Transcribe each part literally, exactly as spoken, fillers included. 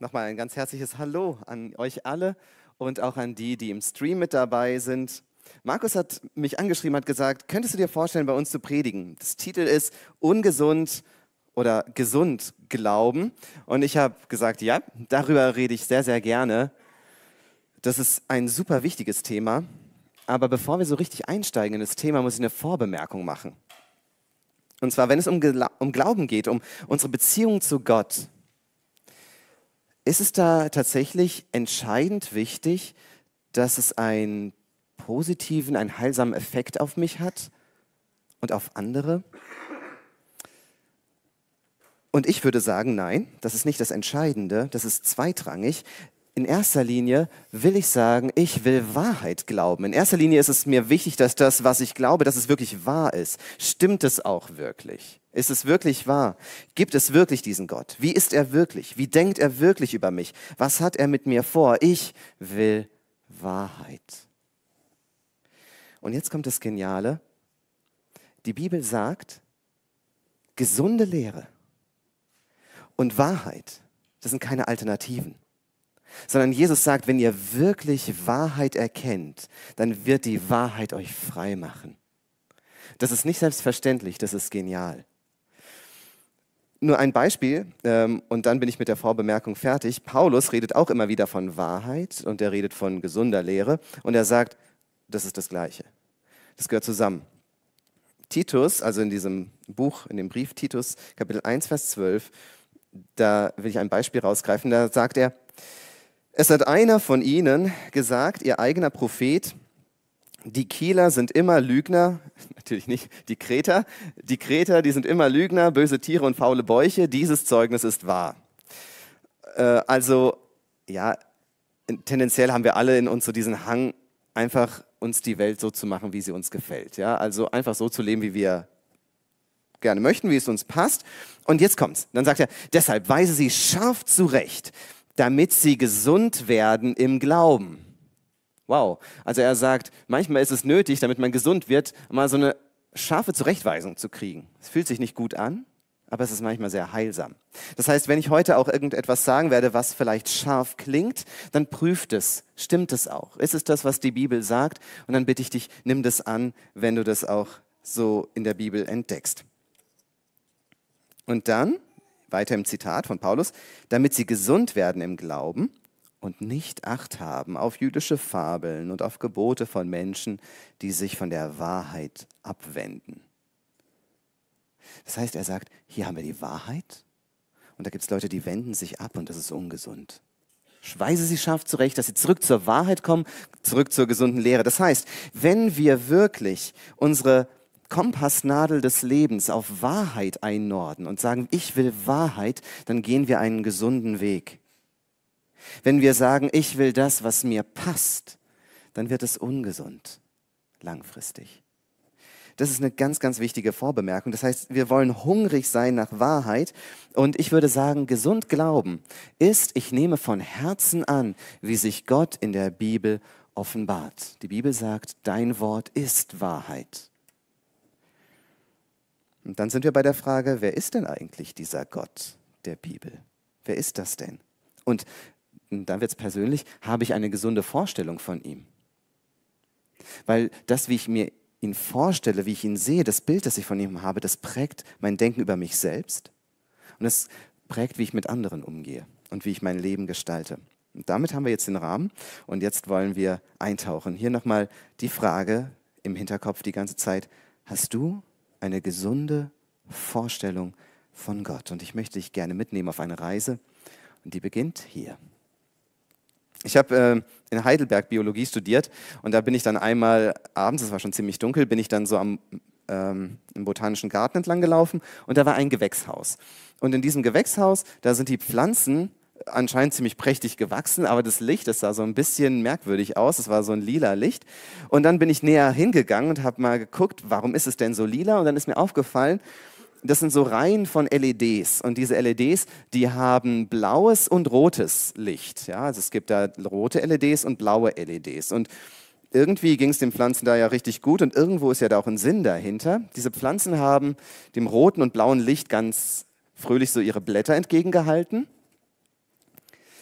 Nochmal ein ganz herzliches Hallo an euch alle und auch an die, die im Stream mit dabei sind. Markus hat mich angeschrieben, hat gesagt, könntest du dir vorstellen, bei uns zu predigen? Das Titel ist Ungesund oder Gesund Glauben. Und ich habe gesagt, ja, darüber rede ich sehr, sehr gerne. Das ist ein super wichtiges Thema. Aber bevor wir so richtig einsteigen in das Thema, muss ich eine Vorbemerkung machen. Und zwar, wenn es um, Gla- um Glauben geht, um unsere Beziehung zu Gott, ist es da tatsächlich entscheidend wichtig, dass es einen positiven, einen heilsamen Effekt auf mich hat und auf andere? Und ich würde sagen, nein, das ist nicht das Entscheidende, das ist zweitrangig. In erster Linie will ich sagen, ich will Wahrheit glauben. In erster Linie ist es mir wichtig, dass das, was ich glaube, dass es wirklich wahr ist. Stimmt es auch wirklich? Ist es wirklich wahr? Gibt es wirklich diesen Gott? Wie ist er wirklich? Wie denkt er wirklich über mich? Was hat er mit mir vor? Ich will Wahrheit. Und jetzt kommt das Geniale. Die Bibel sagt, gesunde Lehre und Wahrheit, das sind keine Alternativen. Sondern Jesus sagt, wenn ihr wirklich Wahrheit erkennt, dann wird die Wahrheit euch frei machen. Das ist nicht selbstverständlich, das ist genial. Nur ein Beispiel, ähm, und dann bin ich mit der Vorbemerkung fertig. Paulus redet auch immer wieder von Wahrheit und er redet von gesunder Lehre und er sagt, das ist das Gleiche. Das gehört zusammen. Titus, also in diesem Buch, in dem Brief Titus, Kapitel eins, Vers zwölf, da will ich ein Beispiel rausgreifen, da sagt er, es hat einer von ihnen gesagt, ihr eigener Prophet, die Kieler sind immer Lügner, natürlich nicht die Kreter, die Kreter, die sind immer Lügner, böse Tiere und faule Bäuche, dieses Zeugnis ist wahr. Äh, also, ja, tendenziell haben wir alle in uns so diesen Hang, einfach uns die Welt so zu machen, wie sie uns gefällt. Ja? Also einfach so zu leben, wie wir gerne möchten, wie es uns passt. Und jetzt kommt's. Dann sagt er, deshalb weise sie scharf zurecht, damit sie gesund werden im Glauben. Wow. Also er sagt, manchmal ist es nötig, damit man gesund wird, mal so eine scharfe Zurechtweisung zu kriegen. Es fühlt sich nicht gut an, aber es ist manchmal sehr heilsam. Das heißt, wenn ich heute auch irgendetwas sagen werde, was vielleicht scharf klingt, dann prüft es. Stimmt es auch? Ist es das, was die Bibel sagt? Und dann bitte ich dich, nimm das an, wenn du das auch so in der Bibel entdeckst. Und dann, weiter im Zitat von Paulus, damit sie gesund werden im Glauben und nicht Acht haben auf jüdische Fabeln und auf Gebote von Menschen, die sich von der Wahrheit abwenden. Das heißt, er sagt, hier haben wir die Wahrheit und da gibt es Leute, die wenden sich ab und das ist ungesund. Weise sie scharf zurecht, dass sie zurück zur Wahrheit kommen, zurück zur gesunden Lehre. Das heißt, wenn wir wirklich unsere Kompassnadel des Lebens auf Wahrheit einnorden und sagen, ich will Wahrheit, dann gehen wir einen gesunden Weg. Wenn wir sagen, ich will das, was mir passt, dann wird es ungesund, langfristig. Das ist eine ganz, ganz wichtige Vorbemerkung. Das heißt, wir wollen hungrig sein nach Wahrheit. Und ich würde sagen, gesund glauben ist, ich nehme von Herzen an, wie sich Gott in der Bibel offenbart. Die Bibel sagt, dein Wort ist Wahrheit. Und dann sind wir bei der Frage, wer ist denn eigentlich dieser Gott der Bibel? Wer ist das denn? Und dann wird es persönlich, habe ich eine gesunde Vorstellung von ihm? Weil das, wie ich mir ihn vorstelle, wie ich ihn sehe, das Bild, das ich von ihm habe, das prägt mein Denken über mich selbst und es prägt, wie ich mit anderen umgehe und wie ich mein Leben gestalte. Und damit haben wir jetzt den Rahmen und jetzt wollen wir eintauchen. Hier nochmal die Frage im Hinterkopf die ganze Zeit, hast du eine gesunde Vorstellung von Gott? Und ich möchte dich gerne mitnehmen auf eine Reise und die beginnt hier. Ich habe äh, in Heidelberg Biologie studiert und da bin ich dann einmal abends, es war schon ziemlich dunkel, bin ich dann so am ähm, im Botanischen Garten entlang gelaufen und da war ein Gewächshaus. Und in diesem Gewächshaus, da sind die Pflanzen anscheinend ziemlich prächtig gewachsen, aber das Licht, das sah so ein bisschen merkwürdig aus, es war so ein lila Licht. Und dann bin ich näher hingegangen und habe mal geguckt, warum ist es denn so lila? Und dann ist mir aufgefallen, das sind so Reihen von L E Ds und diese L E Ds, die haben blaues und rotes Licht. Ja, also es gibt da rote L E Ds und blaue L E Ds und irgendwie ging es den Pflanzen da ja richtig gut und irgendwo ist ja da auch ein Sinn dahinter. Diese Pflanzen haben dem roten und blauen Licht ganz fröhlich so ihre Blätter entgegengehalten.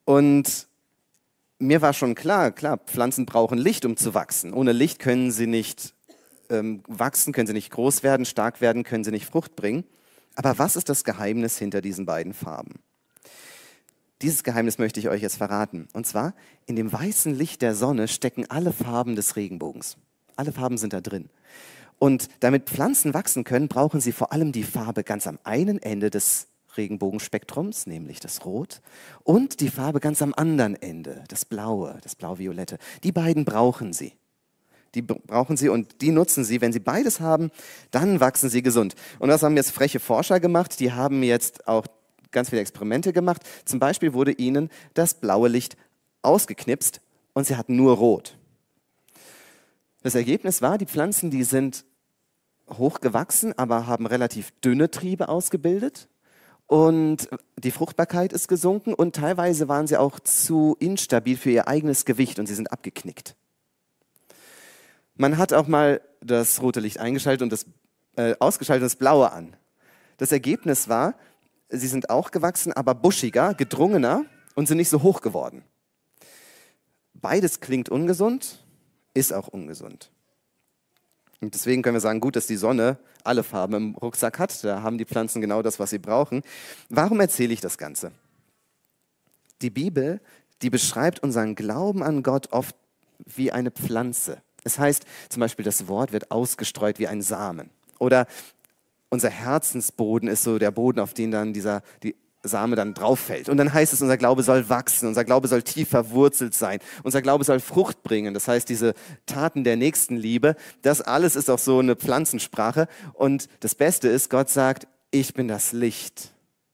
Und mir war schon klar, klar, Pflanzen brauchen Licht, um zu wachsen. Ohne Licht können sie nicht ähm, wachsen, können sie nicht groß werden, stark werden, können sie nicht Frucht bringen. Aber was ist das Geheimnis hinter diesen beiden Farben? Dieses Geheimnis möchte ich euch jetzt verraten. Und zwar, in dem weißen Licht der Sonne stecken alle Farben des Regenbogens. Alle Farben sind da drin. Und damit Pflanzen wachsen können, brauchen sie vor allem die Farbe ganz am einen Ende des Regenbogenspektrums, nämlich das Rot, und die Farbe ganz am anderen Ende, das Blaue, das Blau-Violette. Die beiden brauchen sie. Die brauchen sie und die nutzen sie. Wenn sie beides haben, dann wachsen sie gesund. Und das haben jetzt freche Forscher gemacht. Die haben jetzt auch ganz viele Experimente gemacht. Zum Beispiel wurde ihnen das blaue Licht ausgeknipst und sie hatten nur Rot. Das Ergebnis war, die Pflanzen, die sind hochgewachsen, aber haben relativ dünne Triebe ausgebildet. Und die Fruchtbarkeit ist gesunken und teilweise waren sie auch zu instabil für ihr eigenes Gewicht und sie sind abgeknickt. Man hat auch mal das rote Licht eingeschaltet und das äh, ausgeschaltet und das blaue an. Das Ergebnis war, sie sind auch gewachsen, aber buschiger, gedrungener und sind nicht so hoch geworden. Beides klingt ungesund, ist auch ungesund. Und deswegen können wir sagen, gut, dass die Sonne alle Farben im Rucksack hat. Da haben die Pflanzen genau das, was sie brauchen. Warum erzähle ich das Ganze? Die Bibel, die beschreibt unseren Glauben an Gott oft wie eine Pflanze. Es heißt zum Beispiel, das Wort wird ausgestreut wie ein Samen. Oder unser Herzensboden ist so der Boden, auf den dann dieser die Same dann drauf fällt. Und dann heißt es, unser Glaube soll wachsen, unser Glaube soll tief verwurzelt sein, unser Glaube soll Frucht bringen. Das heißt, diese Taten der Nächstenliebe, das alles ist auch so eine Pflanzensprache. Und das Beste ist, Gott sagt, ich bin das Licht.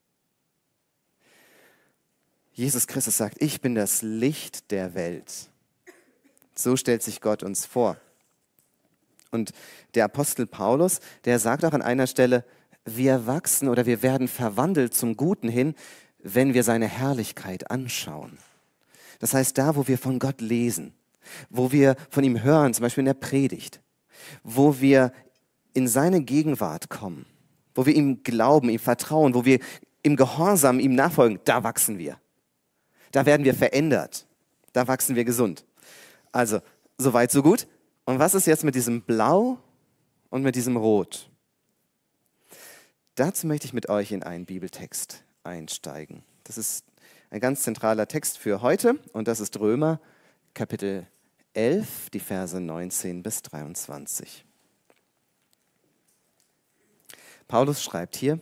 Jesus Christus sagt, ich bin das Licht der Welt. So stellt sich Gott uns vor. Und der Apostel Paulus, der sagt auch an einer Stelle, wir wachsen oder wir werden verwandelt zum Guten hin, wenn wir seine Herrlichkeit anschauen. Das heißt, da, wo wir von Gott lesen, wo wir von ihm hören, zum Beispiel in der Predigt, wo wir in seine Gegenwart kommen, wo wir ihm glauben, ihm vertrauen, wo wir im Gehorsam ihm nachfolgen, da wachsen wir. Da werden wir verändert. Da wachsen wir gesund. Also, soweit, so gut. Und was ist jetzt mit diesem Blau und mit diesem Rot? Dazu möchte ich mit euch in einen Bibeltext einsteigen. Das ist ein ganz zentraler Text für heute und das ist Römer Kapitel elf, die Verse neunzehn bis dreiundzwanzig. Paulus schreibt hier,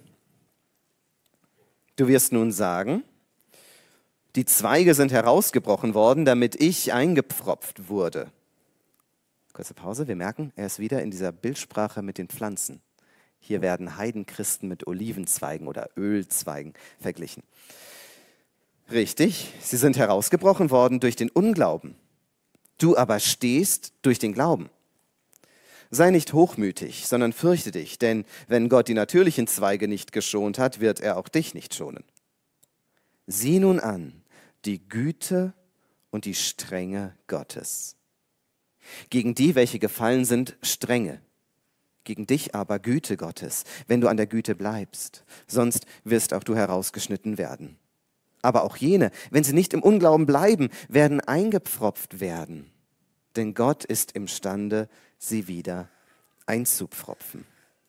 du wirst nun sagen, die Zweige sind herausgebrochen worden, damit ich eingepfropft wurde. Kurze Pause, wir merken, er ist wieder in dieser Bildsprache mit den Pflanzen. Hier werden Heidenchristen mit Olivenzweigen oder Ölzweigen verglichen. Richtig, sie sind herausgebrochen worden durch den Unglauben. Du aber stehst durch den Glauben. Sei nicht hochmütig, sondern fürchte dich, denn wenn Gott die natürlichen Zweige nicht geschont hat, wird er auch dich nicht schonen. Sieh nun an die Güte und die Strenge Gottes. Gegen die, welche gefallen sind, Strenge. Gegen dich aber Güte Gottes, wenn du an der Güte bleibst. Sonst wirst auch du herausgeschnitten werden. Aber auch jene, wenn sie nicht im Unglauben bleiben, werden eingepfropft werden. Denn Gott ist imstande, sie wieder einzupfropfen.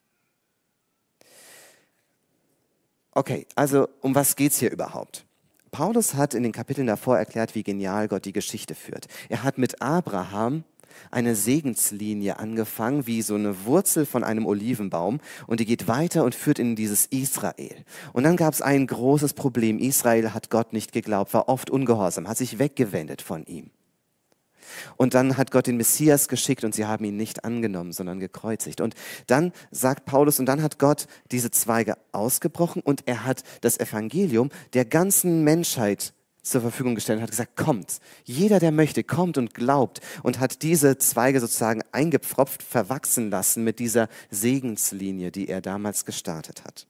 Okay, also um was geht's hier überhaupt? Paulus hat in den Kapiteln davor erklärt, wie genial Gott die Geschichte führt. Er hat mit Abraham eine Segenslinie angefangen, wie so eine Wurzel von einem Olivenbaum und die geht weiter und führt in dieses Israel. Und dann gab es ein großes Problem. Israel hat Gott nicht geglaubt, war oft ungehorsam, hat sich weggewendet von ihm. Und dann hat Gott den Messias geschickt und sie haben ihn nicht angenommen, sondern gekreuzigt. Und dann sagt Paulus, und dann hat Gott diese Zweige ausgebrochen und er hat das Evangelium der ganzen Menschheit zur Verfügung gestellt und hat gesagt, kommt, jeder, der möchte, kommt und glaubt und hat diese Zweige sozusagen eingepfropft, verwachsen lassen mit dieser Segenslinie, die er damals gestartet hat.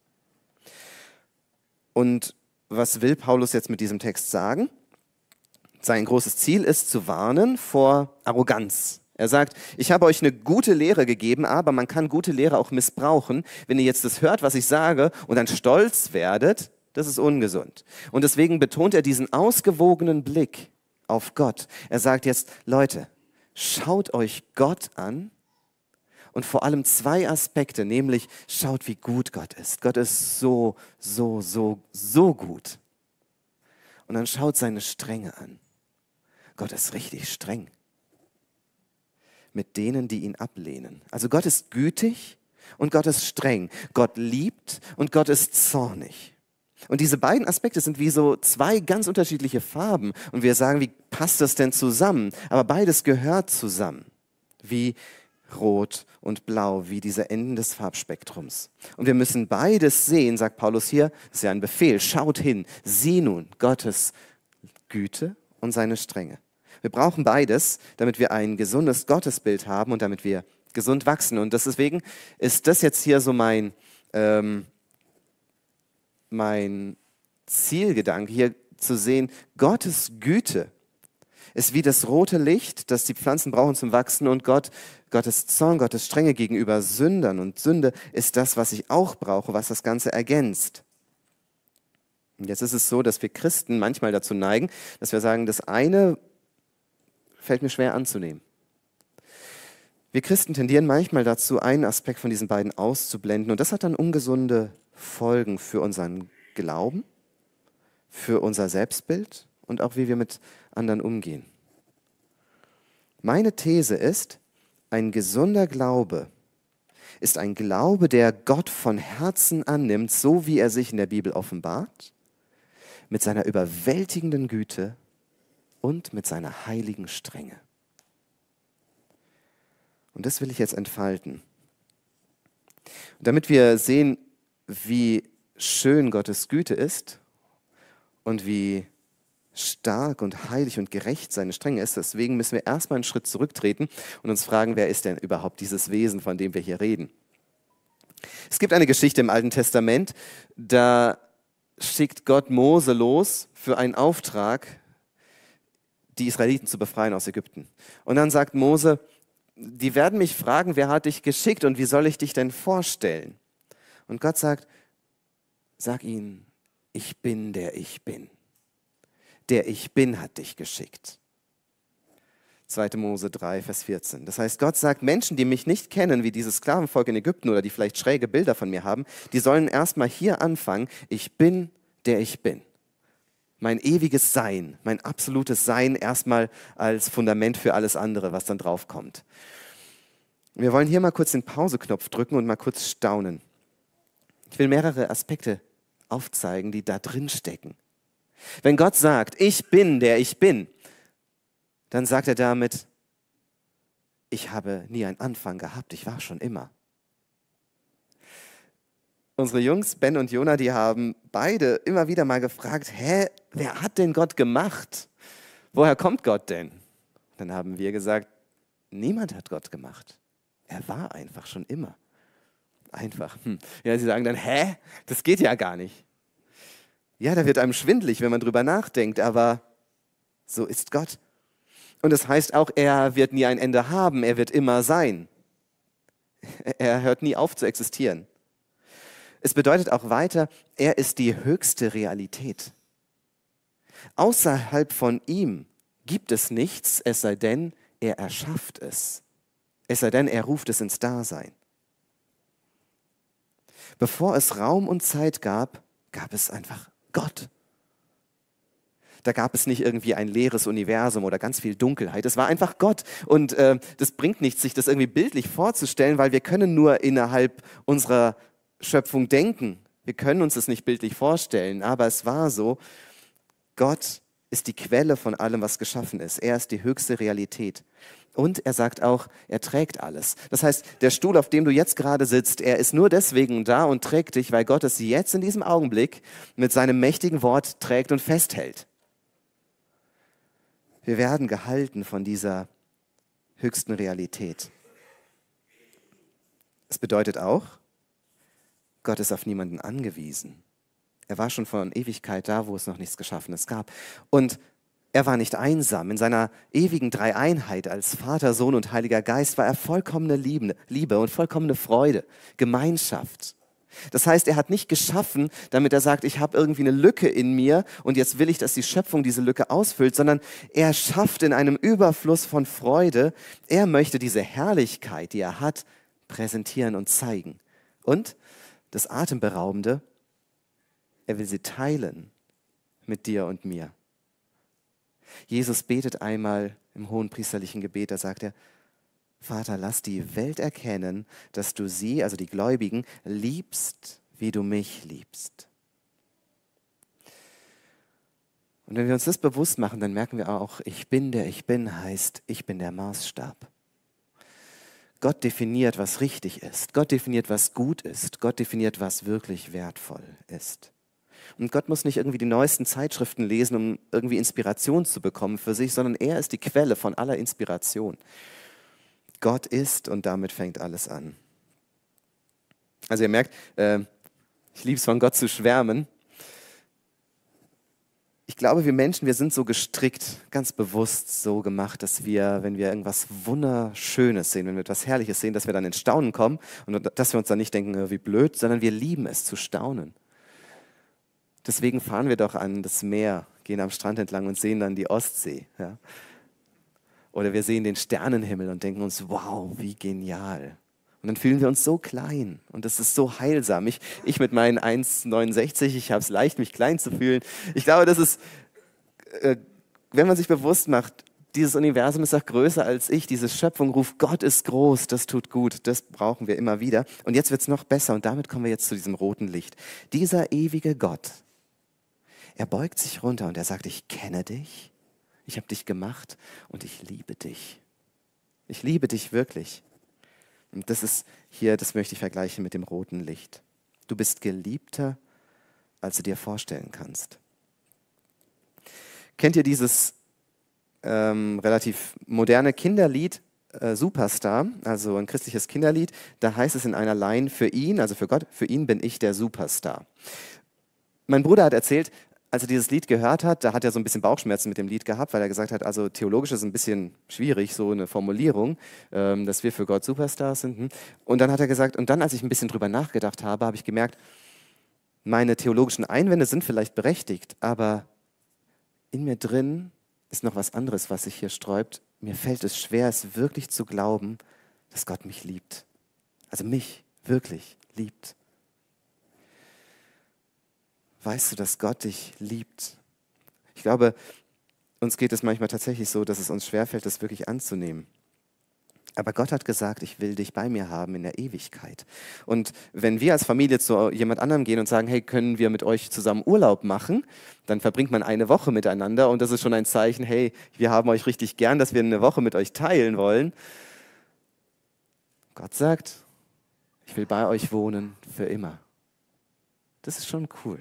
Und was will Paulus jetzt mit diesem Text sagen? Sein großes Ziel ist, zu warnen vor Arroganz. Er sagt, ich habe euch eine gute Lehre gegeben, aber man kann gute Lehre auch missbrauchen. Wenn ihr jetzt das hört, was ich sage und dann stolz werdet, Das ist ungesund. Und deswegen betont er diesen ausgewogenen Blick auf Gott. Er sagt jetzt, Leute, schaut euch Gott an und vor allem zwei Aspekte, nämlich schaut, wie gut Gott ist. Gott ist so, so, so, so gut. Und dann schaut seine Strenge an. Gott ist richtig streng mit denen, die ihn ablehnen. Also Gott ist gütig und Gott ist streng. Gott liebt und Gott ist zornig. Und diese beiden Aspekte sind wie so zwei ganz unterschiedliche Farben. Und wir sagen, wie passt das denn zusammen? Aber beides gehört zusammen. Wie Rot und Blau, wie diese Enden des Farbspektrums. Und wir müssen beides sehen, sagt Paulus hier, das ist ja ein Befehl, schaut hin, sieh nun Gottes Güte und seine Strenge. Wir brauchen beides, damit wir ein gesundes Gottesbild haben und damit wir gesund wachsen. Und deswegen ist das jetzt hier so mein, ähm, mein Zielgedanke, hier zu sehen, Gottes Güte ist wie das rote Licht, das die Pflanzen brauchen zum Wachsen, und Gott, Gottes Zorn, Gottes Strenge gegenüber Sündern und Sünde ist das, was ich auch brauche, was das Ganze ergänzt. Und jetzt ist es so, dass wir Christen manchmal dazu neigen, dass wir sagen, das eine fällt mir schwer anzunehmen. Wir Christen tendieren manchmal dazu, einen Aspekt von diesen beiden auszublenden, und das hat dann ungesunde Folgen für unseren Glauben, für unser Selbstbild und auch wie wir mit anderen umgehen. Meine These ist, ein gesunder Glaube ist ein Glaube, der Gott von Herzen annimmt, so wie er sich in der Bibel offenbart, mit seiner überwältigenden Güte und mit seiner heiligen Strenge. Und das will ich jetzt entfalten. Und damit wir sehen, wie schön Gottes Güte ist und wie stark und heilig und gerecht seine Strenge ist, deswegen müssen wir erstmal einen Schritt zurücktreten und uns fragen, wer ist denn überhaupt dieses Wesen, von dem wir hier reden? Es gibt eine Geschichte im Alten Testament, da schickt Gott Mose los für einen Auftrag, die Israeliten zu befreien aus Ägypten. Und dann sagt Mose, die werden mich fragen, wer hat dich geschickt und wie soll ich dich denn vorstellen? Und Gott sagt, sag ihnen, ich bin, der ich bin. Der ich bin hat dich geschickt. zweite Mose drei, Vers vierzehn. Das heißt, Gott sagt, Menschen, die mich nicht kennen, wie dieses Sklavenvolk in Ägypten oder die vielleicht schräge Bilder von mir haben, die sollen erstmal hier anfangen, ich bin, der ich bin. Mein ewiges Sein, mein absolutes Sein erstmal als Fundament für alles andere, was dann draufkommt. Wir wollen hier mal kurz den Pauseknopf drücken und mal kurz staunen. Ich will mehrere Aspekte aufzeigen, die da drin stecken. Wenn Gott sagt, ich bin, der ich bin, dann sagt er damit, ich habe nie einen Anfang gehabt, ich war schon immer. Unsere Jungs, Ben und Jona, die haben beide immer wieder mal gefragt, hä, wer hat denn Gott gemacht? Woher kommt Gott denn? Dann haben wir gesagt, niemand hat Gott gemacht. Er war einfach schon immer. Einfach. Hm. Ja, sie sagen dann, hä, das geht ja gar nicht. Ja, da wird einem schwindelig, wenn man drüber nachdenkt, aber so ist Gott. Und das heißt auch, er wird nie ein Ende haben, er wird immer sein. Er hört nie auf zu existieren. Es bedeutet auch weiter, er ist die höchste Realität. Außerhalb von ihm gibt es nichts, es sei denn, er erschafft es. Es sei denn, er ruft es ins Dasein. Bevor es Raum und Zeit gab, gab es einfach Gott. Da gab es nicht irgendwie ein leeres Universum oder ganz viel Dunkelheit. Es war einfach Gott. Und äh, das bringt nichts, sich das irgendwie bildlich vorzustellen, weil wir können nur innerhalb unserer Schöpfung denken. Wir können uns das nicht bildlich vorstellen, aber es war so. Gott ist die Quelle von allem, was geschaffen ist. Er ist die höchste Realität. Und er sagt auch, er trägt alles. Das heißt, der Stuhl, auf dem du jetzt gerade sitzt, er ist nur deswegen da und trägt dich, weil Gott es jetzt in diesem Augenblick mit seinem mächtigen Wort trägt und festhält. Wir werden gehalten von dieser höchsten Realität. Es bedeutet auch, Gott ist auf niemanden angewiesen. Er war schon von Ewigkeit da, wo es noch nichts Geschaffenes gab. Und er war nicht einsam. In seiner ewigen Dreieinheit als Vater, Sohn und Heiliger Geist war er vollkommene Liebe und vollkommene Freude, Gemeinschaft. Das heißt, er hat nicht geschaffen, damit er sagt, ich habe irgendwie eine Lücke in mir und jetzt will ich, dass die Schöpfung diese Lücke ausfüllt, sondern er schafft in einem Überfluss von Freude. Er möchte diese Herrlichkeit, die er hat, präsentieren und zeigen. Und das Atemberaubende, er will sie teilen mit dir und mir. Jesus betet einmal im hohenpriesterlichen Gebet, da sagt er, Vater, lass die Welt erkennen, dass du sie, also die Gläubigen, liebst, wie du mich liebst. Und wenn wir uns das bewusst machen, dann merken wir auch, ich bin der ich bin, heißt, ich bin der Maßstab. Gott definiert, was richtig ist. Gott definiert, was gut ist. Gott definiert, was wirklich wertvoll ist. Und Gott muss nicht irgendwie die neuesten Zeitschriften lesen, um irgendwie Inspiration zu bekommen für sich, sondern er ist die Quelle von aller Inspiration. Gott ist und damit fängt alles an. Also ihr merkt, äh, ich liebe es, von Gott zu schwärmen. Ich glaube, wir Menschen, wir sind so gestrickt, ganz bewusst so gemacht, dass wir, wenn wir irgendwas Wunderschönes sehen, wenn wir etwas Herrliches sehen, dass wir dann ins Staunen kommen und dass wir uns dann nicht denken, wie blöd, sondern wir lieben es zu staunen. Deswegen fahren wir doch an das Meer, gehen am Strand entlang und sehen dann die Ostsee. Ja? Oder wir sehen den Sternenhimmel und denken uns, wow, wie genial. Und dann fühlen wir uns so klein und das ist so heilsam. Ich, ich mit meinen eins Komma neunundsechzig, ich habe es leicht, mich klein zu fühlen. Ich glaube, das ist, äh, wenn man sich bewusst macht, dieses Universum ist auch größer als ich, diese Schöpfung ruft, Gott ist groß, das tut gut, das brauchen wir immer wieder. Und jetzt wird es noch besser und damit kommen wir jetzt zu diesem roten Licht. Dieser ewige Gott, er beugt sich runter und er sagt, ich kenne dich. Ich habe dich gemacht und ich liebe dich. Ich liebe dich wirklich. Und das ist hier, das möchte ich vergleichen mit dem roten Licht. Du bist geliebter, als du dir vorstellen kannst. Kennt ihr dieses ähm, relativ moderne Kinderlied äh, Superstar, also ein christliches Kinderlied? Da heißt es in einer Line, für ihn, also für Gott, für ihn bin ich der Superstar. Mein Bruder hat erzählt, als er dieses Lied gehört hat, da hat er so ein bisschen Bauchschmerzen mit dem Lied gehabt, weil er gesagt hat, also theologisch ist es ein bisschen schwierig, so eine Formulierung, ähm, dass wir für Gott Superstars sind. Und dann hat er gesagt, und dann, als ich ein bisschen drüber nachgedacht habe, habe ich gemerkt, meine theologischen Einwände sind vielleicht berechtigt, aber in mir drin ist noch was anderes, was sich hier sträubt. Mir fällt es schwer, es wirklich zu glauben, dass Gott mich liebt. Also mich wirklich liebt. Weißt du, dass Gott dich liebt? Ich glaube, uns geht es manchmal tatsächlich so, dass es uns schwerfällt, das wirklich anzunehmen. Aber Gott hat gesagt, ich will dich bei mir haben in der Ewigkeit. Und wenn wir als Familie zu jemand anderem gehen und sagen, hey, können wir mit euch zusammen Urlaub machen, dann verbringt man eine Woche miteinander und das ist schon ein Zeichen, hey, wir haben euch richtig gern, dass wir eine Woche mit euch teilen wollen. Gott sagt, ich will bei euch wohnen für immer. Das ist schon cool.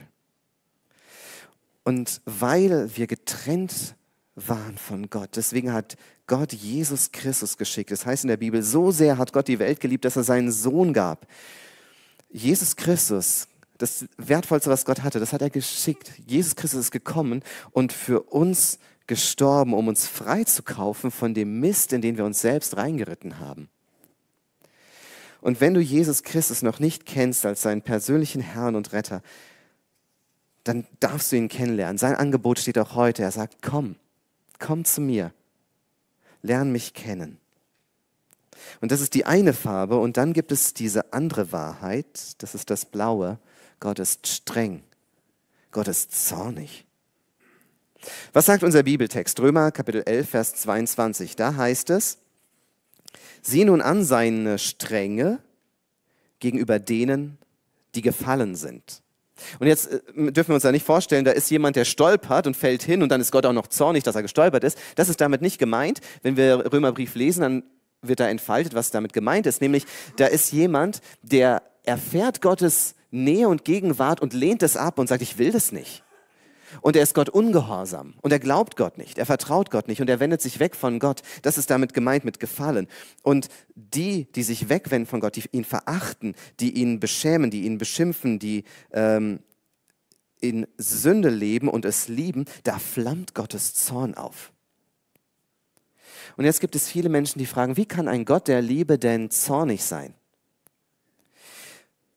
Und weil wir getrennt waren von Gott, deswegen hat Gott Jesus Christus geschickt. Das heißt in der Bibel, so sehr hat Gott die Welt geliebt, dass er seinen Sohn gab. Jesus Christus, das Wertvollste, was Gott hatte, das hat er geschickt. Jesus Christus ist gekommen und für uns gestorben, um uns freizukaufen von dem Mist, in den wir uns selbst reingeritten haben. Und wenn du Jesus Christus noch nicht kennst als seinen persönlichen Herrn und Retter, dann darfst du ihn kennenlernen. Sein Angebot steht auch heute. Er sagt, komm, komm zu mir, lern mich kennen. Und das ist die eine Farbe. Und dann gibt es diese andere Wahrheit, das ist das Blaue. Gott ist streng, Gott ist zornig. Was sagt unser Bibeltext? Römer Kapitel elf, Vers zweiundzwanzig. Da heißt es, sieh nun an seine Strenge gegenüber denen, die gefallen sind. Und jetzt dürfen wir uns da nicht vorstellen, da ist jemand, der stolpert und fällt hin und dann ist Gott auch noch zornig, dass er gestolpert ist. Das ist damit nicht gemeint. Wenn wir Römerbrief lesen, dann wird da entfaltet, was damit gemeint ist. Nämlich, da ist jemand, der erfährt Gottes Nähe und Gegenwart und lehnt es ab und sagt, ich will das nicht. Und er ist Gott ungehorsam und er glaubt Gott nicht, er vertraut Gott nicht und er wendet sich weg von Gott. Das ist damit gemeint mit Gefallen. Und die, die sich wegwenden von Gott, die ihn verachten, die ihn beschämen, die ihn beschimpfen, die ähm, in Sünde leben und es lieben, da flammt Gottes Zorn auf. Und jetzt gibt es viele Menschen, die fragen, wie kann ein Gott der Liebe denn zornig sein?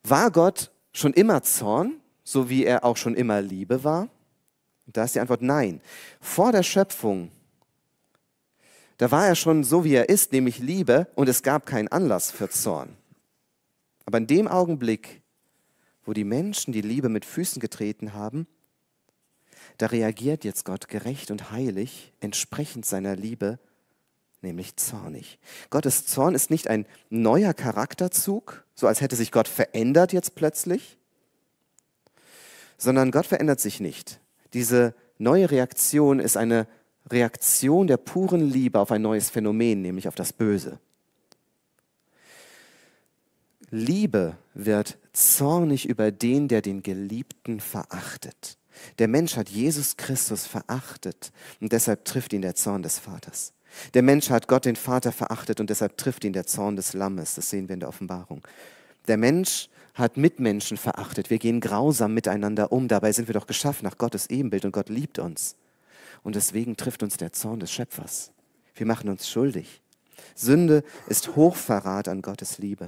War Gott schon immer Zorn, so wie er auch schon immer Liebe war? Und da ist die Antwort nein. Vor der Schöpfung, da war er schon so, wie er ist, nämlich Liebe, und es gab keinen Anlass für Zorn. Aber in dem Augenblick, wo die Menschen die Liebe mit Füßen getreten haben, da reagiert jetzt Gott gerecht und heilig, entsprechend seiner Liebe, nämlich zornig. Gottes Zorn ist nicht ein neuer Charakterzug, so als hätte sich Gott verändert jetzt plötzlich, sondern Gott verändert sich nicht. Diese neue Reaktion ist eine Reaktion der puren Liebe auf ein neues Phänomen, nämlich auf das Böse. Liebe wird zornig über den, der den Geliebten verachtet. Der Mensch hat Jesus Christus verachtet und deshalb trifft ihn der Zorn des Vaters. Der Mensch hat Gott den Vater verachtet und deshalb trifft ihn der Zorn des Lammes. Das sehen wir in der Offenbarung. Der Mensch hat Mitmenschen verachtet. Wir gehen grausam miteinander um. Dabei sind wir doch geschaffen nach Gottes Ebenbild und Gott liebt uns. Und deswegen trifft uns der Zorn des Schöpfers. Wir machen uns schuldig. Sünde ist Hochverrat an Gottes Liebe.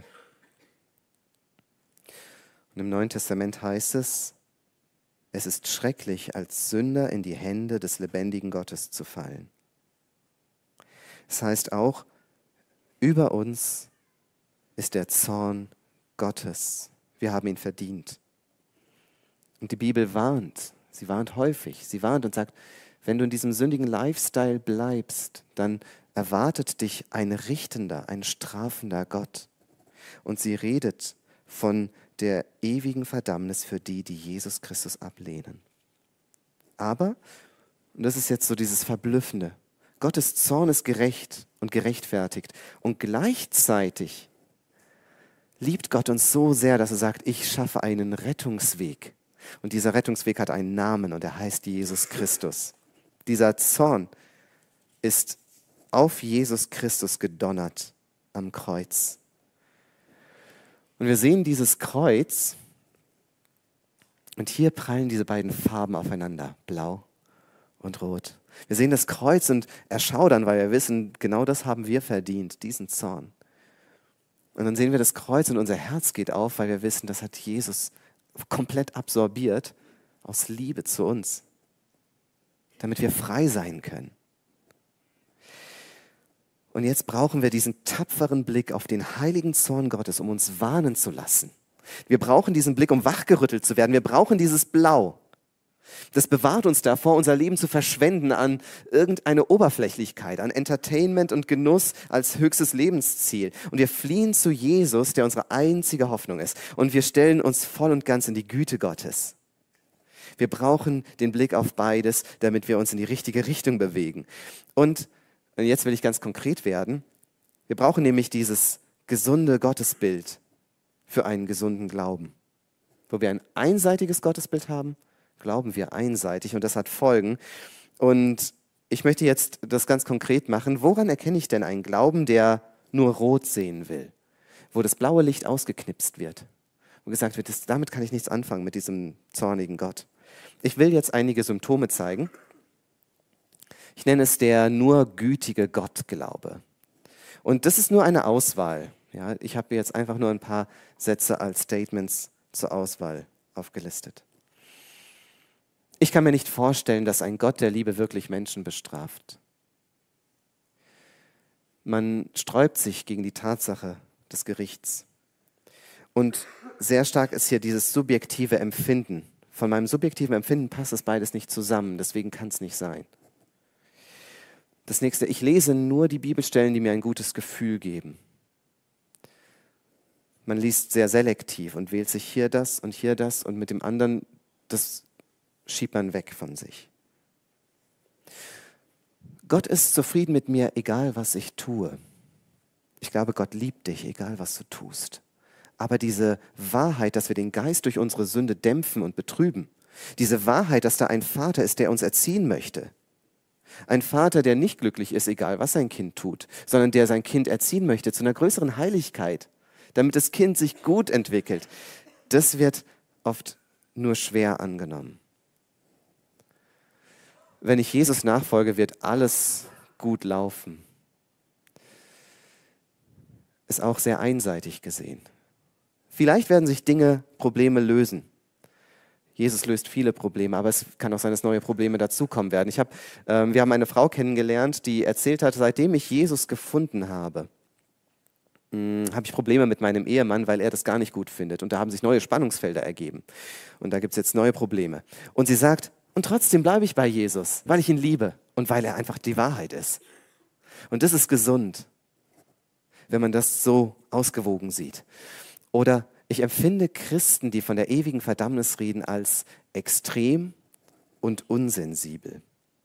Und im Neuen Testament heißt es, es ist schrecklich, als Sünder in die Hände des lebendigen Gottes zu fallen. Es heißt auch, über uns ist der Zorn Gottes. Wir haben ihn verdient. Und die Bibel warnt, sie warnt häufig, sie warnt und sagt, wenn du in diesem sündigen Lifestyle bleibst, dann erwartet dich ein richtender, ein strafender Gott. Und sie redet von der ewigen Verdammnis für die, die Jesus Christus ablehnen. Aber, und das ist jetzt so dieses Verblüffende, Gottes Zorn ist gerecht und gerechtfertigt und gleichzeitig liebt Gott uns so sehr, dass er sagt, ich schaffe einen Rettungsweg. Und dieser Rettungsweg hat einen Namen und er heißt Jesus Christus. Dieser Zorn ist auf Jesus Christus gedonnert am Kreuz. Und wir sehen dieses Kreuz und hier prallen diese beiden Farben aufeinander, blau und rot. Wir sehen das Kreuz und erschaudern, weil wir wissen, genau das haben wir verdient, diesen Zorn. Und dann sehen wir das Kreuz und unser Herz geht auf, weil wir wissen, das hat Jesus komplett absorbiert aus Liebe zu uns, damit wir frei sein können. Und jetzt brauchen wir diesen tapferen Blick auf den heiligen Zorn Gottes, um uns warnen zu lassen. Wir brauchen diesen Blick, um wachgerüttelt zu werden. Wir brauchen dieses Blau. Das bewahrt uns davor, unser Leben zu verschwenden an irgendeine Oberflächlichkeit, an Entertainment und Genuss als höchstes Lebensziel. Und wir fliehen zu Jesus, der unsere einzige Hoffnung ist. Und wir stellen uns voll und ganz in die Güte Gottes. Wir brauchen den Blick auf beides, damit wir uns in die richtige Richtung bewegen. Und jetzt will ich ganz konkret werden. Wir brauchen nämlich dieses gesunde Gottesbild für einen gesunden Glauben. Wo wir ein einseitiges Gottesbild haben, glauben wir einseitig und das hat Folgen. Und ich möchte jetzt das ganz konkret machen. Woran erkenne ich denn einen Glauben, der nur rot sehen will? Wo das blaue Licht ausgeknipst wird. Wo gesagt wird, das, damit kann ich nichts anfangen mit diesem zornigen Gott. Ich will jetzt einige Symptome zeigen. Ich nenne es der nur gütige Gottglaube. Und das ist nur eine Auswahl. Ja, ich habe jetzt einfach nur ein paar Sätze als Statements zur Auswahl aufgelistet. Ich kann mir nicht vorstellen, dass ein Gott der Liebe wirklich Menschen bestraft. Man sträubt sich gegen die Tatsache des Gerichts. Und sehr stark ist hier dieses subjektive Empfinden. Von meinem subjektiven Empfinden passt es beides nicht zusammen, deswegen kann es nicht sein. Das nächste, ich lese nur die Bibelstellen, die mir ein gutes Gefühl geben. Man liest sehr selektiv und wählt sich hier das und hier das und mit dem anderen, das schiebt man weg von sich. Gott ist zufrieden mit mir, egal was ich tue. Ich glaube, Gott liebt dich, egal was du tust. Aber diese Wahrheit, dass wir den Geist durch unsere Sünde dämpfen und betrüben, diese Wahrheit, dass da ein Vater ist, der uns erziehen möchte, ein Vater, der nicht glücklich ist, egal was sein Kind tut, sondern der sein Kind erziehen möchte zu einer größeren Heiligkeit, damit das Kind sich gut entwickelt, das wird oft nur schwer angenommen. Wenn ich Jesus nachfolge, wird alles gut laufen. Ist auch sehr einseitig gesehen. Vielleicht werden sich Dinge, Probleme lösen. Jesus löst viele Probleme, aber es kann auch sein, dass neue Probleme dazukommen werden. Ich hab, ähm, wir haben eine Frau kennengelernt, die erzählt hat, seitdem ich Jesus gefunden habe, mh, habe ich Probleme mit meinem Ehemann, weil er das gar nicht gut findet. Und da haben sich neue Spannungsfelder ergeben. Und da gibt es jetzt neue Probleme. Und sie sagt, und trotzdem bleibe ich bei Jesus, weil ich ihn liebe und weil er einfach die Wahrheit ist. Und das ist gesund, wenn man das so ausgewogen sieht. Oder ich empfinde Christen, die von der ewigen Verdammnis reden, als extrem und unsensibel.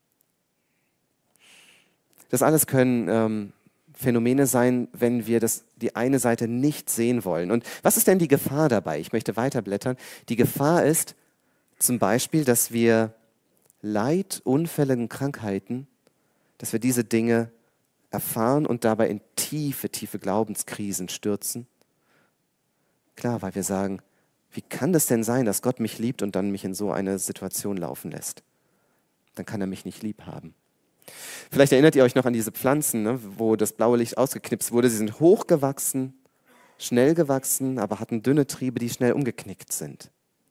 Das alles können ähm, Phänomene sein, wenn wir das, die eine Seite nicht sehen wollen. Und was ist denn die Gefahr dabei? Ich möchte weiterblättern. Die Gefahr ist zum Beispiel, dass wir Leid, Unfälle und Krankheiten, dass wir diese Dinge erfahren und dabei in tiefe, tiefe Glaubenskrisen stürzen. Klar, weil wir sagen, wie kann das denn sein, dass Gott mich liebt und dann mich in so eine Situation laufen lässt? Dann kann er mich nicht lieb haben. Vielleicht erinnert ihr euch noch an diese Pflanzen, ne, wo das blaue Licht ausgeknipst wurde. Sie sind hochgewachsen, schnell gewachsen, aber hatten dünne Triebe, die schnell umgeknickt sind.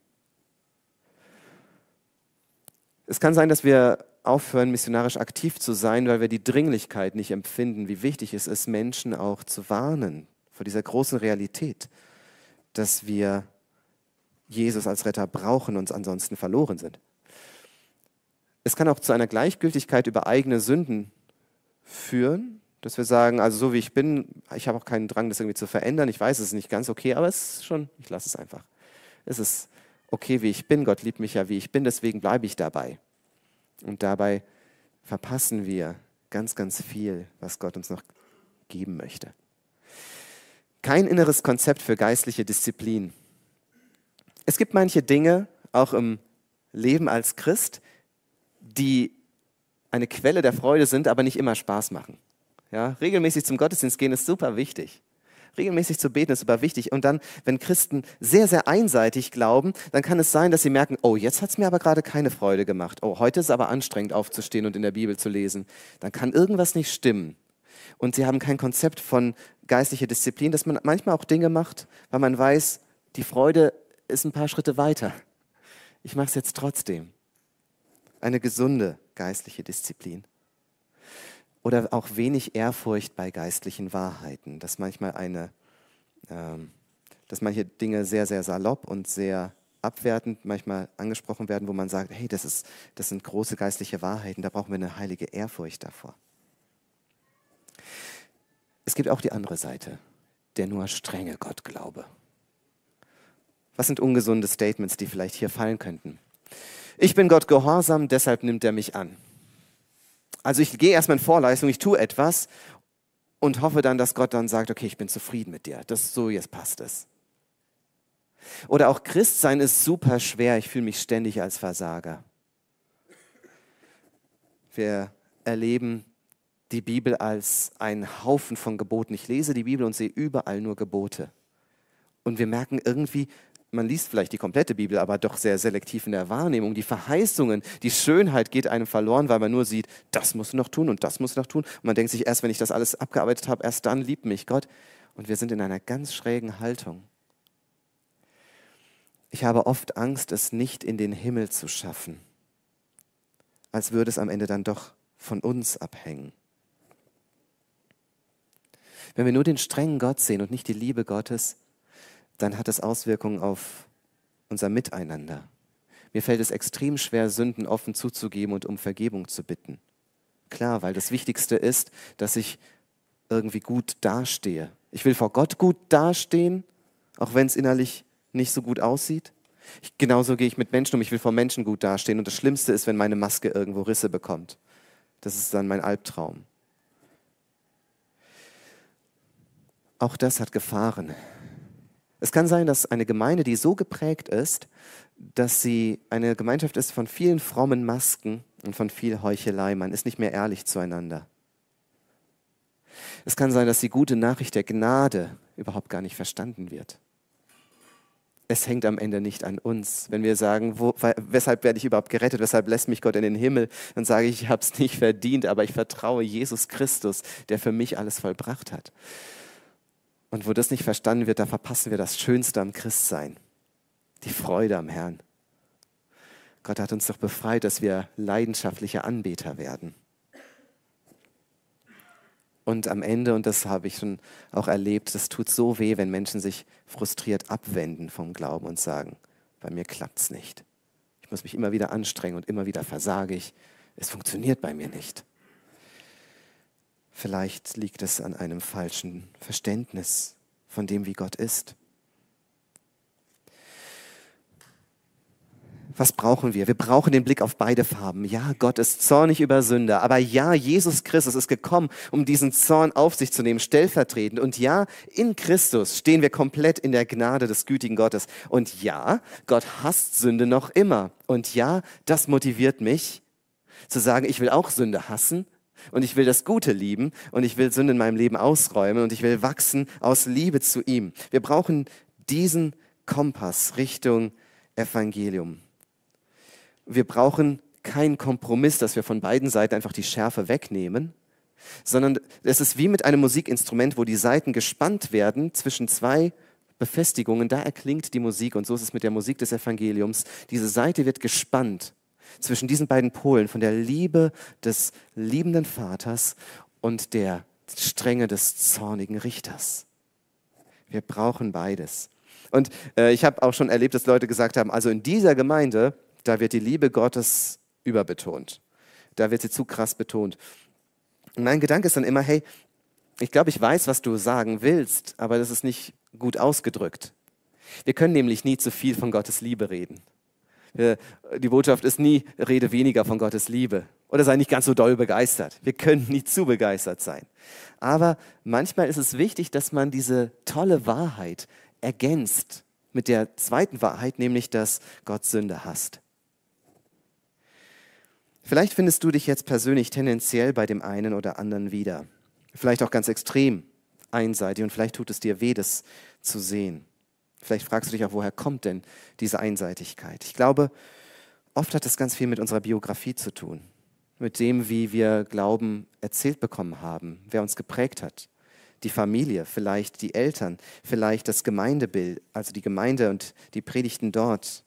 Es kann sein, dass wir aufhören, missionarisch aktiv zu sein, weil wir die Dringlichkeit nicht empfinden, wie wichtig es ist, Menschen auch zu warnen vor dieser großen Realität, dass wir Jesus als Retter brauchen und ansonsten verloren sind. Es kann auch zu einer Gleichgültigkeit über eigene Sünden führen, dass wir sagen, also so wie ich bin, ich habe auch keinen Drang, das irgendwie zu verändern. Ich weiß, es ist nicht ganz okay, aber es ist schon, ich lasse es einfach. Es ist okay, wie ich bin. Gott liebt mich ja, wie ich bin, deswegen bleibe ich dabei. Und dabei verpassen wir ganz, ganz viel, was Gott uns noch geben möchte. Kein inneres Konzept für geistliche Disziplin. Es gibt manche Dinge, auch im Leben als Christ, die eine Quelle der Freude sind, aber nicht immer Spaß machen. Ja, regelmäßig zum Gottesdienst gehen ist super wichtig. Regelmäßig zu beten ist super wichtig. Und dann, wenn Christen sehr, sehr einseitig glauben, dann kann es sein, dass sie merken, oh, jetzt hat es mir aber gerade keine Freude gemacht. Oh, heute ist es aber anstrengend aufzustehen und in der Bibel zu lesen. Dann kann irgendwas nicht stimmen. Und sie haben kein Konzept von geistlicher Disziplin, dass man manchmal auch Dinge macht, weil man weiß, die Freude ist ein paar Schritte weiter. Ich mache es jetzt trotzdem. Eine gesunde geistliche Disziplin. Oder auch wenig Ehrfurcht bei geistlichen Wahrheiten, dass manchmal eine, ähm, dass manche Dinge sehr, sehr salopp und sehr abwertend manchmal angesprochen werden, wo man sagt, hey, das ist, das sind große geistliche Wahrheiten, da brauchen wir eine heilige Ehrfurcht davor. Es gibt auch die andere Seite, der nur strenge Gottglaube. Was sind ungesunde Statements, die vielleicht hier fallen könnten? Ich bin Gott gehorsam, deshalb nimmt er mich an. Also ich gehe erstmal in Vorleistung, ich tue etwas und hoffe dann, dass Gott dann sagt, okay, ich bin zufrieden mit dir. Das ist so, jetzt passt es. Oder auch Christsein ist super schwer, ich fühle mich ständig als Versager. Wir erleben die Bibel als einen Haufen von Geboten. Ich lese die Bibel und sehe überall nur Gebote. Und wir merken irgendwie, man liest vielleicht die komplette Bibel, aber doch sehr selektiv in der Wahrnehmung. Die Verheißungen, die Schönheit geht einem verloren, weil man nur sieht, das musst du noch tun und das musst du noch tun. Und man denkt sich, erst wenn ich das alles abgearbeitet habe, erst dann liebt mich Gott. Und wir sind in einer ganz schrägen Haltung. Ich habe oft Angst, es nicht in den Himmel zu schaffen, als würde es am Ende dann doch von uns abhängen. Wenn wir nur den strengen Gott sehen und nicht die Liebe Gottes, dann hat es Auswirkungen auf unser Miteinander. Mir fällt es extrem schwer, Sünden offen zuzugeben und um Vergebung zu bitten. Klar, weil das Wichtigste ist, dass ich irgendwie gut dastehe. Ich will vor Gott gut dastehen, auch wenn es innerlich nicht so gut aussieht. Ich, genauso gehe ich mit Menschen um, ich will vor Menschen gut dastehen. Und das Schlimmste ist, wenn meine Maske irgendwo Risse bekommt. Das ist dann mein Albtraum. Auch das hat Gefahren. Es kann sein, dass eine Gemeinde, die so geprägt ist, dass sie eine Gemeinschaft ist von vielen frommen Masken und von viel Heuchelei. Man ist nicht mehr ehrlich zueinander. Es kann sein, dass die gute Nachricht der Gnade überhaupt gar nicht verstanden wird. Es hängt am Ende nicht an uns. Wenn wir sagen, wo, weshalb werde ich überhaupt gerettet, weshalb lässt mich Gott in den Himmel, dann sage ich, ich habe es nicht verdient, aber ich vertraue Jesus Christus, der für mich alles vollbracht hat. Und wo das nicht verstanden wird, da verpassen wir das Schönste am Christsein, die Freude am Herrn. Gott hat uns doch befreit, dass wir leidenschaftliche Anbeter werden. Und am Ende, und das habe ich schon auch erlebt, das tut so weh, wenn Menschen sich frustriert abwenden vom Glauben und sagen, bei mir klappt es nicht. Ich muss mich immer wieder anstrengen und immer wieder versage ich. Es funktioniert bei mir nicht. Vielleicht liegt es an einem falschen Verständnis von dem, wie Gott ist. Was brauchen wir? Wir brauchen den Blick auf beide Farben. Ja, Gott ist zornig über Sünder, aber ja, Jesus Christus ist gekommen, um diesen Zorn auf sich zu nehmen, stellvertretend. Und ja, in Christus stehen wir komplett in der Gnade des gütigen Gottes. Und ja, Gott hasst Sünde noch immer. Und ja, das motiviert mich, zu sagen, ich will auch Sünde hassen und ich will das Gute lieben und ich will Sünde in meinem Leben ausräumen und ich will wachsen aus Liebe zu ihm. Wir brauchen diesen Kompass Richtung Evangelium. Wir brauchen keinen Kompromiss, dass wir von beiden Seiten einfach die Schärfe wegnehmen, sondern es ist wie mit einem Musikinstrument, wo die Saiten gespannt werden zwischen zwei Befestigungen. Da erklingt die Musik und so ist es mit der Musik des Evangeliums. Diese Saite wird gespannt zwischen diesen beiden Polen von der Liebe des liebenden Vaters und der Strenge des zornigen Richters. Wir brauchen beides. Und äh, ich habe auch schon erlebt, dass Leute gesagt haben, also in dieser Gemeinde, da wird die Liebe Gottes überbetont. Da wird sie zu krass betont. Und mein Gedanke ist dann immer, hey, ich glaube, ich weiß, was du sagen willst, aber das ist nicht gut ausgedrückt. Wir können nämlich nie zu viel von Gottes Liebe reden. Die Botschaft ist nie, rede weniger von Gottes Liebe oder sei nicht ganz so doll begeistert. Wir können nie zu begeistert sein. Aber manchmal ist es wichtig, dass man diese tolle Wahrheit ergänzt mit der zweiten Wahrheit, nämlich, dass Gott Sünde hasst. Vielleicht findest du dich jetzt persönlich tendenziell bei dem einen oder anderen wieder. Vielleicht auch ganz extrem einseitig und vielleicht tut es dir weh, das zu sehen. Vielleicht fragst du dich auch, woher kommt denn diese Einseitigkeit? Ich glaube, oft hat das ganz viel mit unserer Biografie zu tun. Mit dem, wie wir Glauben erzählt bekommen haben, wer uns geprägt hat. Die Familie, vielleicht die Eltern, vielleicht das Gemeindebild, also die Gemeinde und die Predigten dort.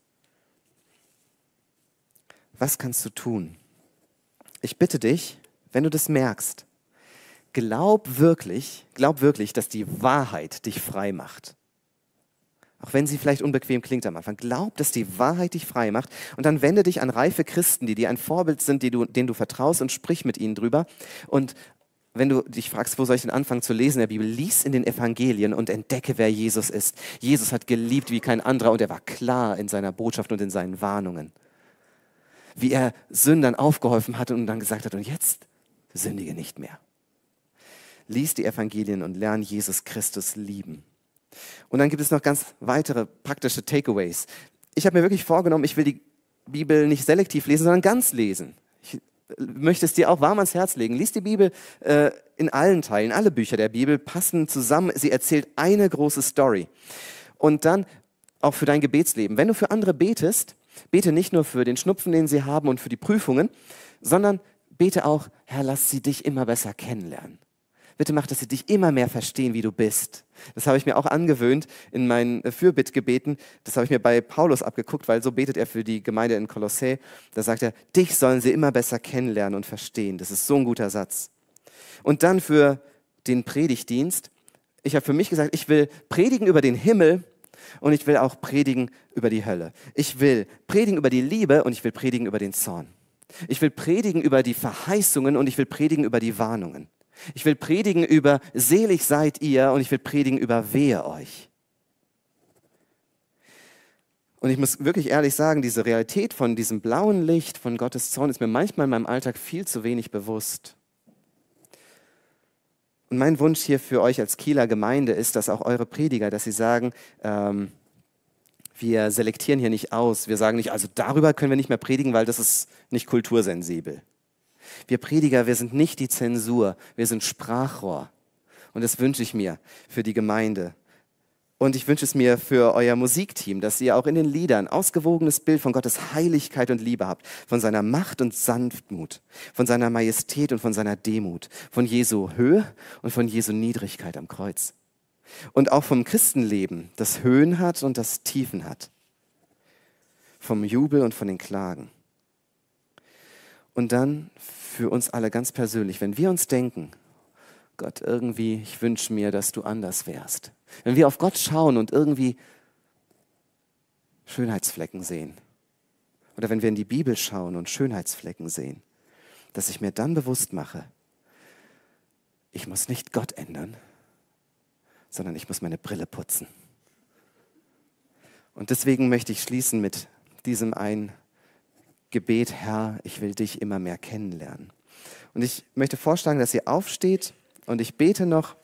Was kannst du tun? Ich bitte dich, wenn du das merkst, glaub wirklich, glaub wirklich, dass die Wahrheit dich frei macht. Auch wenn sie vielleicht unbequem klingt am Anfang. Glaub, dass die Wahrheit dich frei macht. Und dann wende dich an reife Christen, die dir ein Vorbild sind, die du, denen du vertraust und sprich mit ihnen drüber. Und wenn du dich fragst, wo soll ich denn anfangen zu lesen in der Bibel, lies in den Evangelien und entdecke, wer Jesus ist. Jesus hat geliebt wie kein anderer und er war klar in seiner Botschaft und in seinen Warnungen. Wie er Sündern aufgeholfen hat und dann gesagt hat, und jetzt sündige nicht mehr. Lies die Evangelien und lern Jesus Christus lieben. Und dann gibt es noch ganz weitere praktische Takeaways. Ich habe mir wirklich vorgenommen, ich will die Bibel nicht selektiv lesen, sondern ganz lesen. Ich möchte es dir auch warm ans Herz legen. Lies die Bibel äh, in allen Teilen, alle Bücher der Bibel passen zusammen. Sie erzählt eine große Story. Und dann auch für dein Gebetsleben. Wenn du für andere betest, bete nicht nur für den Schnupfen, den sie haben und für die Prüfungen, sondern bete auch, Herr, lass sie dich immer besser kennenlernen. Bitte mach, dass sie dich immer mehr verstehen, wie du bist. Das habe ich mir auch angewöhnt in meinen Fürbittgebeten. Das habe ich mir bei Paulus abgeguckt, weil so betet er für die Gemeinde in Kolossä. Da sagt er, dich sollen sie immer besser kennenlernen und verstehen. Das ist so ein guter Satz. Und dann für den Predigtdienst. Ich habe für mich gesagt, ich will predigen über den Himmel und ich will auch predigen über die Hölle. Ich will predigen über die Liebe und ich will predigen über den Zorn. Ich will predigen über die Verheißungen und ich will predigen über die Warnungen. Ich will predigen über selig seid ihr und ich will predigen über wehe euch. Und ich muss wirklich ehrlich sagen, diese Realität von diesem blauen Licht von Gottes Zorn ist mir manchmal in meinem Alltag viel zu wenig bewusst. Und mein Wunsch hier für euch als Kieler Gemeinde ist, dass auch eure Prediger, dass sie sagen, ähm, wir selektieren hier nicht aus. Wir sagen nicht, also darüber können wir nicht mehr predigen, weil das ist nicht kultursensibel. Wir Prediger, wir sind nicht die Zensur, wir sind Sprachrohr. Und das wünsche ich mir für die Gemeinde. Und ich wünsche es mir für euer Musikteam, dass ihr auch in den Liedern ausgewogenes Bild von Gottes Heiligkeit und Liebe habt, von seiner Macht und Sanftmut, von seiner Majestät und von seiner Demut, von Jesu Höhe und von Jesu Niedrigkeit am Kreuz. Und auch vom Christenleben, das Höhen hat und das Tiefen hat. Vom Jubel und von den Klagen. Und dann für uns alle ganz persönlich, wenn wir uns denken, Gott, irgendwie, ich wünsche mir, dass du anders wärst. Wenn wir auf Gott schauen und irgendwie Schönheitsflecken sehen. Oder wenn wir in die Bibel schauen und Schönheitsflecken sehen, dass ich mir dann bewusst mache, ich muss nicht Gott ändern, sondern ich muss meine Brille putzen. Und deswegen möchte ich schließen mit diesem ein Gebet, Herr, ich will dich immer mehr kennenlernen. Und ich möchte vorschlagen, dass ihr aufsteht und ich bete noch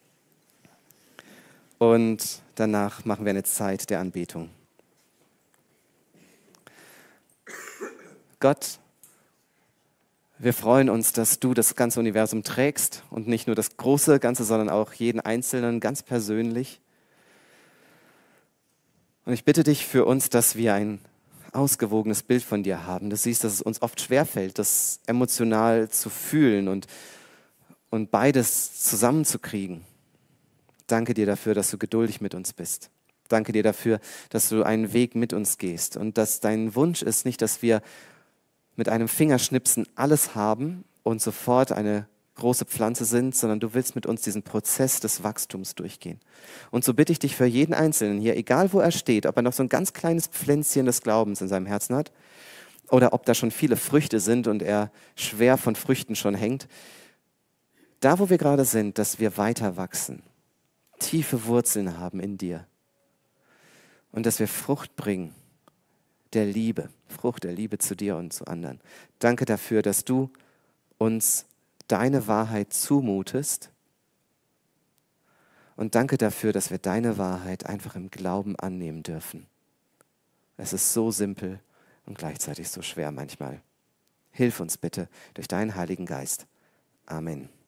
und danach machen wir eine Zeit der Anbetung. Gott, wir freuen uns, dass du das ganze Universum trägst und nicht nur das große Ganze, sondern auch jeden Einzelnen ganz persönlich. Und ich bitte dich für uns, dass wir ein ausgewogenes Bild von dir haben. Du siehst, dass es uns oft schwerfällt, das emotional zu fühlen und, und beides zusammenzukriegen. Danke dir dafür, dass du geduldig mit uns bist. Danke dir dafür, dass du einen Weg mit uns gehst und dass dein Wunsch ist nicht, dass wir mit einem Fingerschnipsen alles haben und sofort eine große Pflanze sind, sondern du willst mit uns diesen Prozess des Wachstums durchgehen. Und so bitte ich dich für jeden Einzelnen hier, egal wo er steht, ob er noch so ein ganz kleines Pflänzchen des Glaubens in seinem Herzen hat oder ob da schon viele Früchte sind und er schwer von Früchten schon hängt, da wo wir gerade sind, dass wir weiter wachsen, tiefe Wurzeln haben in dir und dass wir Frucht bringen der Liebe, Frucht der Liebe zu dir und zu anderen. Danke dafür, dass du uns deine Wahrheit zumutest und danke dafür, dass wir deine Wahrheit einfach im Glauben annehmen dürfen. Es ist so simpel und gleichzeitig so schwer manchmal. Hilf uns bitte durch deinen Heiligen Geist. Amen.